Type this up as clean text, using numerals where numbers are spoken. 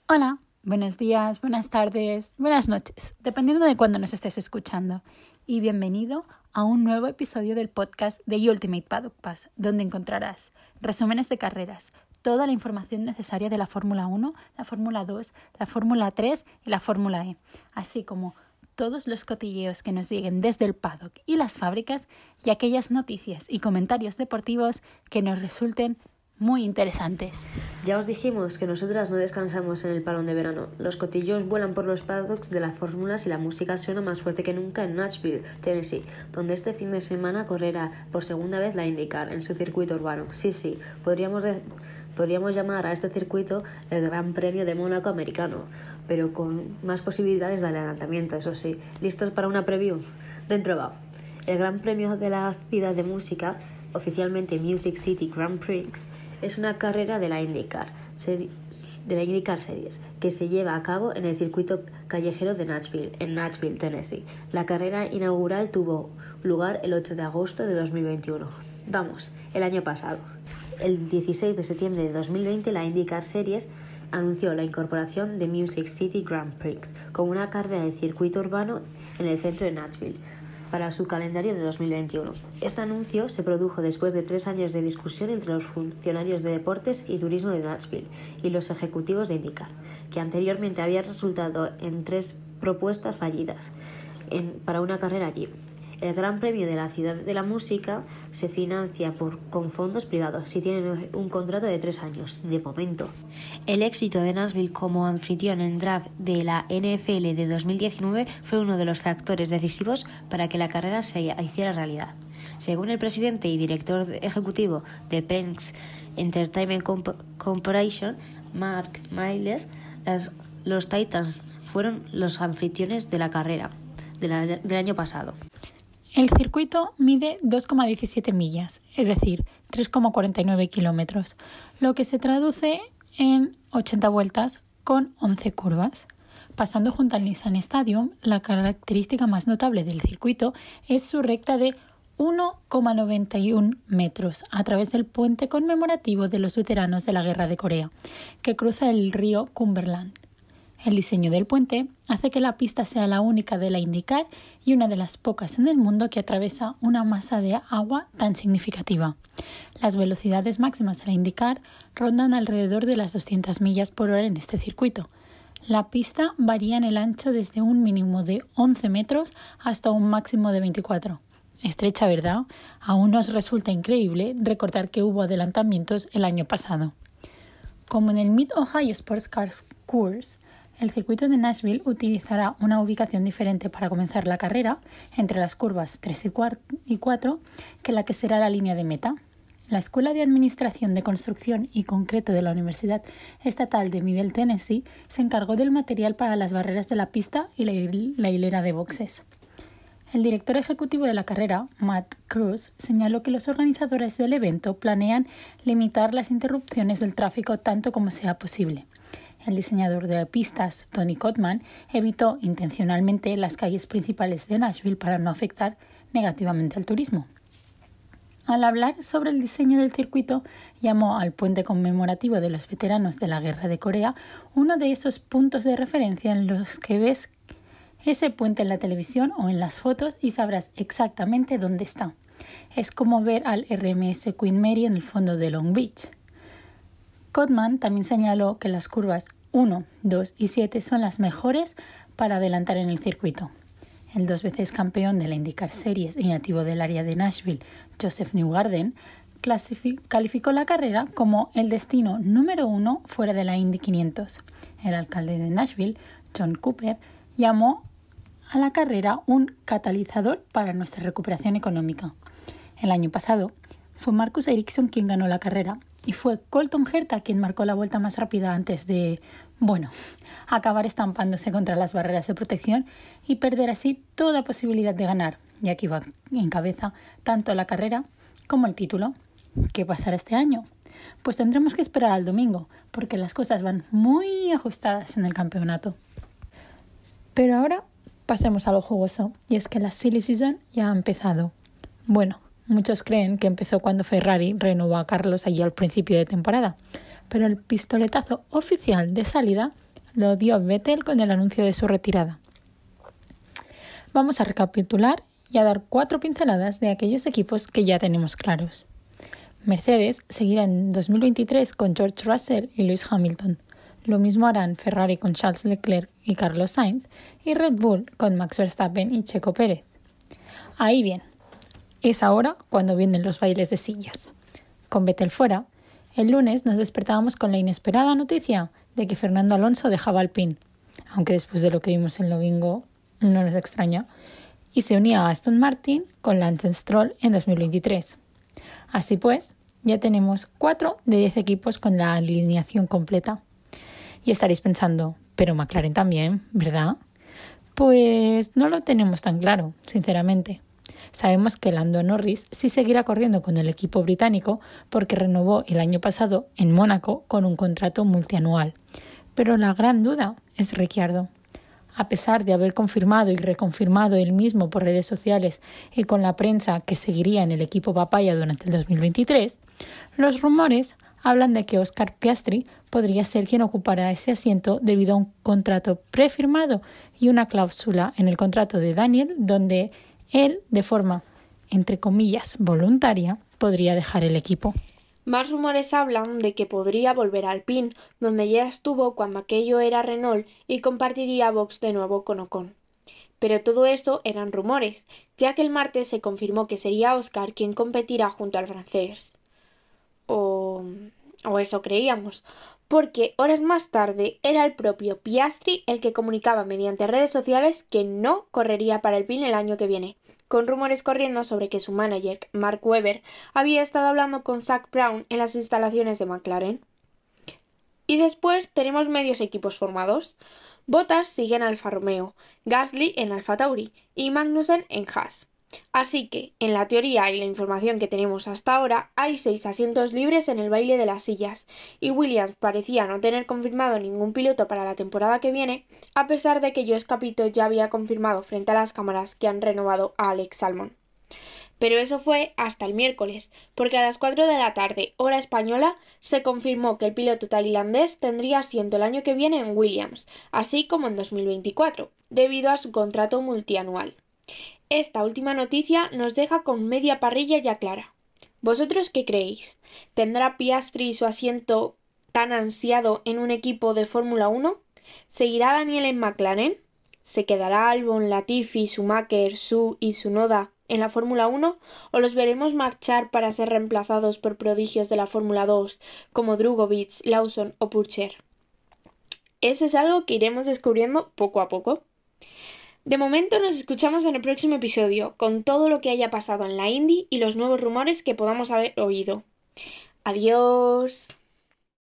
Hola, buenos días, buenas tardes, buenas noches, dependiendo de cuándo nos estés escuchando. Y bienvenido a un nuevo episodio del podcast de Ultimate Paddock Pass, donde encontrarás resúmenes de carreras, toda la información necesaria de la Fórmula 1, la Fórmula 2, la Fórmula 3 y la Fórmula E, así como todos los cotilleos que nos lleguen desde el paddock y las fábricas y aquellas noticias y comentarios deportivos que nos resulten muy interesantes. Ya os dijimos que nosotras no descansamos en el parón de verano. Los cotillos vuelan por los paddocks de las fórmulas y la música suena más fuerte que nunca en Nashville, Tennessee, donde este fin de semana correrá por segunda vez la IndyCar en su circuito urbano. Sí, podríamos llamar a este circuito el Gran Premio de Mónaco americano, pero con más posibilidades de adelantamiento, eso sí. ¿Listos para una preview? Dentro va. El Gran Premio de la Ciudad de Música, oficialmente Music City Grand Prix, es una carrera de la IndyCar Series que se lleva a cabo en el circuito callejero de Nashville, en Nashville, Tennessee. La carrera inaugural tuvo lugar el 8 de agosto de 2021. Vamos, el año pasado. El 16 de septiembre de 2020 la IndyCar Series anunció la incorporación de Music City Grand Prix como una carrera de circuito urbano en el centro de Nashville para su calendario de 2021. Este anuncio se produjo después de 3 años de discusión entre los funcionarios de deportes y turismo de Nashville y los ejecutivos de IndyCar, que anteriormente habían resultado en 3 propuestas fallidas para una carrera allí. El Gran Premio de la Ciudad de la Música se financia con fondos privados y tiene un contrato de 3 años, de momento. El éxito de Nashville como anfitrión en draft de la NFL de 2019 fue uno de los factores decisivos para que la carrera se hiciera realidad. Según el presidente y director ejecutivo de Penske Entertainment Corporation, Mark Miles, los Titans fueron los anfitriones de la carrera del año pasado. El circuito mide 2,17 millas, es decir, 3,49 kilómetros, lo que se traduce en 80 vueltas con 11 curvas. Pasando junto al Nissan Stadium, la característica más notable del circuito es su recta de 1,91 metros a través del puente conmemorativo de los veteranos de la Guerra de Corea, que cruza el río Cumberland. El diseño del puente hace que la pista sea la única de la IndyCar y una de las pocas en el mundo que atraviesa una masa de agua tan significativa. Las velocidades máximas de la IndyCar rondan alrededor de las 200 millas por hora en este circuito. La pista varía en el ancho desde un mínimo de 11 metros hasta un máximo de 24. Estrecha, ¿verdad? Aún nos resulta increíble recordar que hubo adelantamientos el año pasado. Como en el Mid-Ohio Sports Cars Course, el circuito de Nashville utilizará una ubicación diferente para comenzar la carrera entre las curvas 3 y 4 que la que será la línea de meta. La Escuela de Administración de Construcción y Concreto de la Universidad Estatal de Middle Tennessee se encargó del material para las barreras de la pista y la hilera de boxes. El director ejecutivo de la carrera, Matt Cruz, señaló que los organizadores del evento planean limitar las interrupciones del tráfico tanto como sea posible. El diseñador de pistas, Tony Cotman, evitó intencionalmente las calles principales de Nashville para no afectar negativamente al turismo. Al hablar sobre el diseño del circuito, llamó al puente conmemorativo de los veteranos de la Guerra de Corea uno de esos puntos de referencia en los que ves ese puente en la televisión o en las fotos y sabrás exactamente dónde está. Es como ver al RMS Queen Mary en el fondo de Long Beach. Cotman también señaló que las curvas 1, 2 y 7 son las mejores para adelantar en el circuito. El 2 veces campeón de la IndyCar Series y nativo del área de Nashville, Joseph Newgarden, calificó la carrera como el destino número 1 fuera de la Indy 500. El alcalde de Nashville, John Cooper, llamó a la carrera un catalizador para nuestra recuperación económica. El año pasado fue Marcus Ericsson quien ganó la carrera y fue Colton Herta quien marcó la vuelta más rápida antes de, acabar estampándose contra las barreras de protección y perder así toda posibilidad de ganar, ya que iba en cabeza tanto la carrera como el título. ¿Qué pasará este año? Pues tendremos que esperar al domingo, porque las cosas van muy ajustadas en el campeonato. Pero ahora pasemos a lo jugoso, y es que la Silly Season ya ha empezado. Bueno, muchos creen que empezó cuando Ferrari renovó a Carlos allí al principio de temporada, pero el pistoletazo oficial de salida lo dio Vettel con el anuncio de su retirada. Vamos a recapitular y a dar 4 pinceladas de aquellos equipos que ya tenemos claros. Mercedes seguirá en 2023 con George Russell y Lewis Hamilton. Lo mismo harán Ferrari con Charles Leclerc y Carlos Sainz y Red Bull con Max Verstappen y Checo Pérez. Ahí bien, es ahora cuando vienen los bailes de sillas. Con Vettel fuera, el lunes nos despertábamos con la inesperada noticia de que Fernando Alonso dejaba Alpine, aunque después de lo que vimos el domingo no nos extraña, y se unía a Aston Martin con Lance Stroll en 2023. Así pues, ya tenemos 4 de 10 equipos con la alineación completa. Y estaréis pensando, pero McLaren también, ¿verdad? Pues no lo tenemos tan claro, sinceramente. Sabemos que Lando Norris sí seguirá corriendo con el equipo británico porque renovó el año pasado en Mónaco con un contrato multianual. Pero la gran duda es Ricciardo. A pesar de haber confirmado y reconfirmado él mismo por redes sociales y con la prensa que seguiría en el equipo papaya durante el 2023, los rumores hablan de que Oscar Piastri podría ser quien ocupará ese asiento debido a un contrato prefirmado y una cláusula en el contrato de Daniel donde él, de forma, entre comillas, voluntaria, podría dejar el equipo. Más rumores hablan de que podría volver a Alpine, donde ya estuvo cuando aquello era Renault y compartiría box de nuevo con Ocon. Pero todo esto eran rumores, ya que el martes se confirmó que sería Oscar quien competirá junto al francés. O eso creíamos, porque horas más tarde era el propio Piastri el que comunicaba mediante redes sociales que no correría para Alpine el año que viene, con rumores corriendo sobre que su manager, Mark Webber, había estado hablando con Zak Brown en las instalaciones de McLaren. Y después tenemos medios equipos formados. Bottas sigue en Alfa Romeo, Gasly en Alfa Tauri y Magnussen en Haas. Así que, en la teoría y la información que tenemos hasta ahora, hay 6 asientos libres en el baile de las sillas, y Williams parecía no tener confirmado ningún piloto para la temporada que viene, a pesar de que Jost Capito ya había confirmado frente a las cámaras que han renovado a Alex Albon. Pero eso fue hasta el miércoles, porque a las 4 de la tarde, hora española, se confirmó que el piloto tailandés tendría asiento el año que viene en Williams, así como en 2024, debido a su contrato multianual. Esta última noticia nos deja con media parrilla ya clara. ¿Vosotros qué creéis? ¿Tendrá Piastri su asiento tan ansiado en un equipo de Fórmula 1? ¿Seguirá Daniel en McLaren? ¿Se quedará Albon, Latifi, Schumacher, Su y Tsunoda en la Fórmula 1? ¿O los veremos marchar para ser reemplazados por prodigios de la Fórmula 2 como Drugovich, Lawson o Pourchaire? Eso es algo que iremos descubriendo poco a poco. De momento nos escuchamos en el próximo episodio, con todo lo que haya pasado en la Indy y los nuevos rumores que podamos haber oído. ¡Adiós!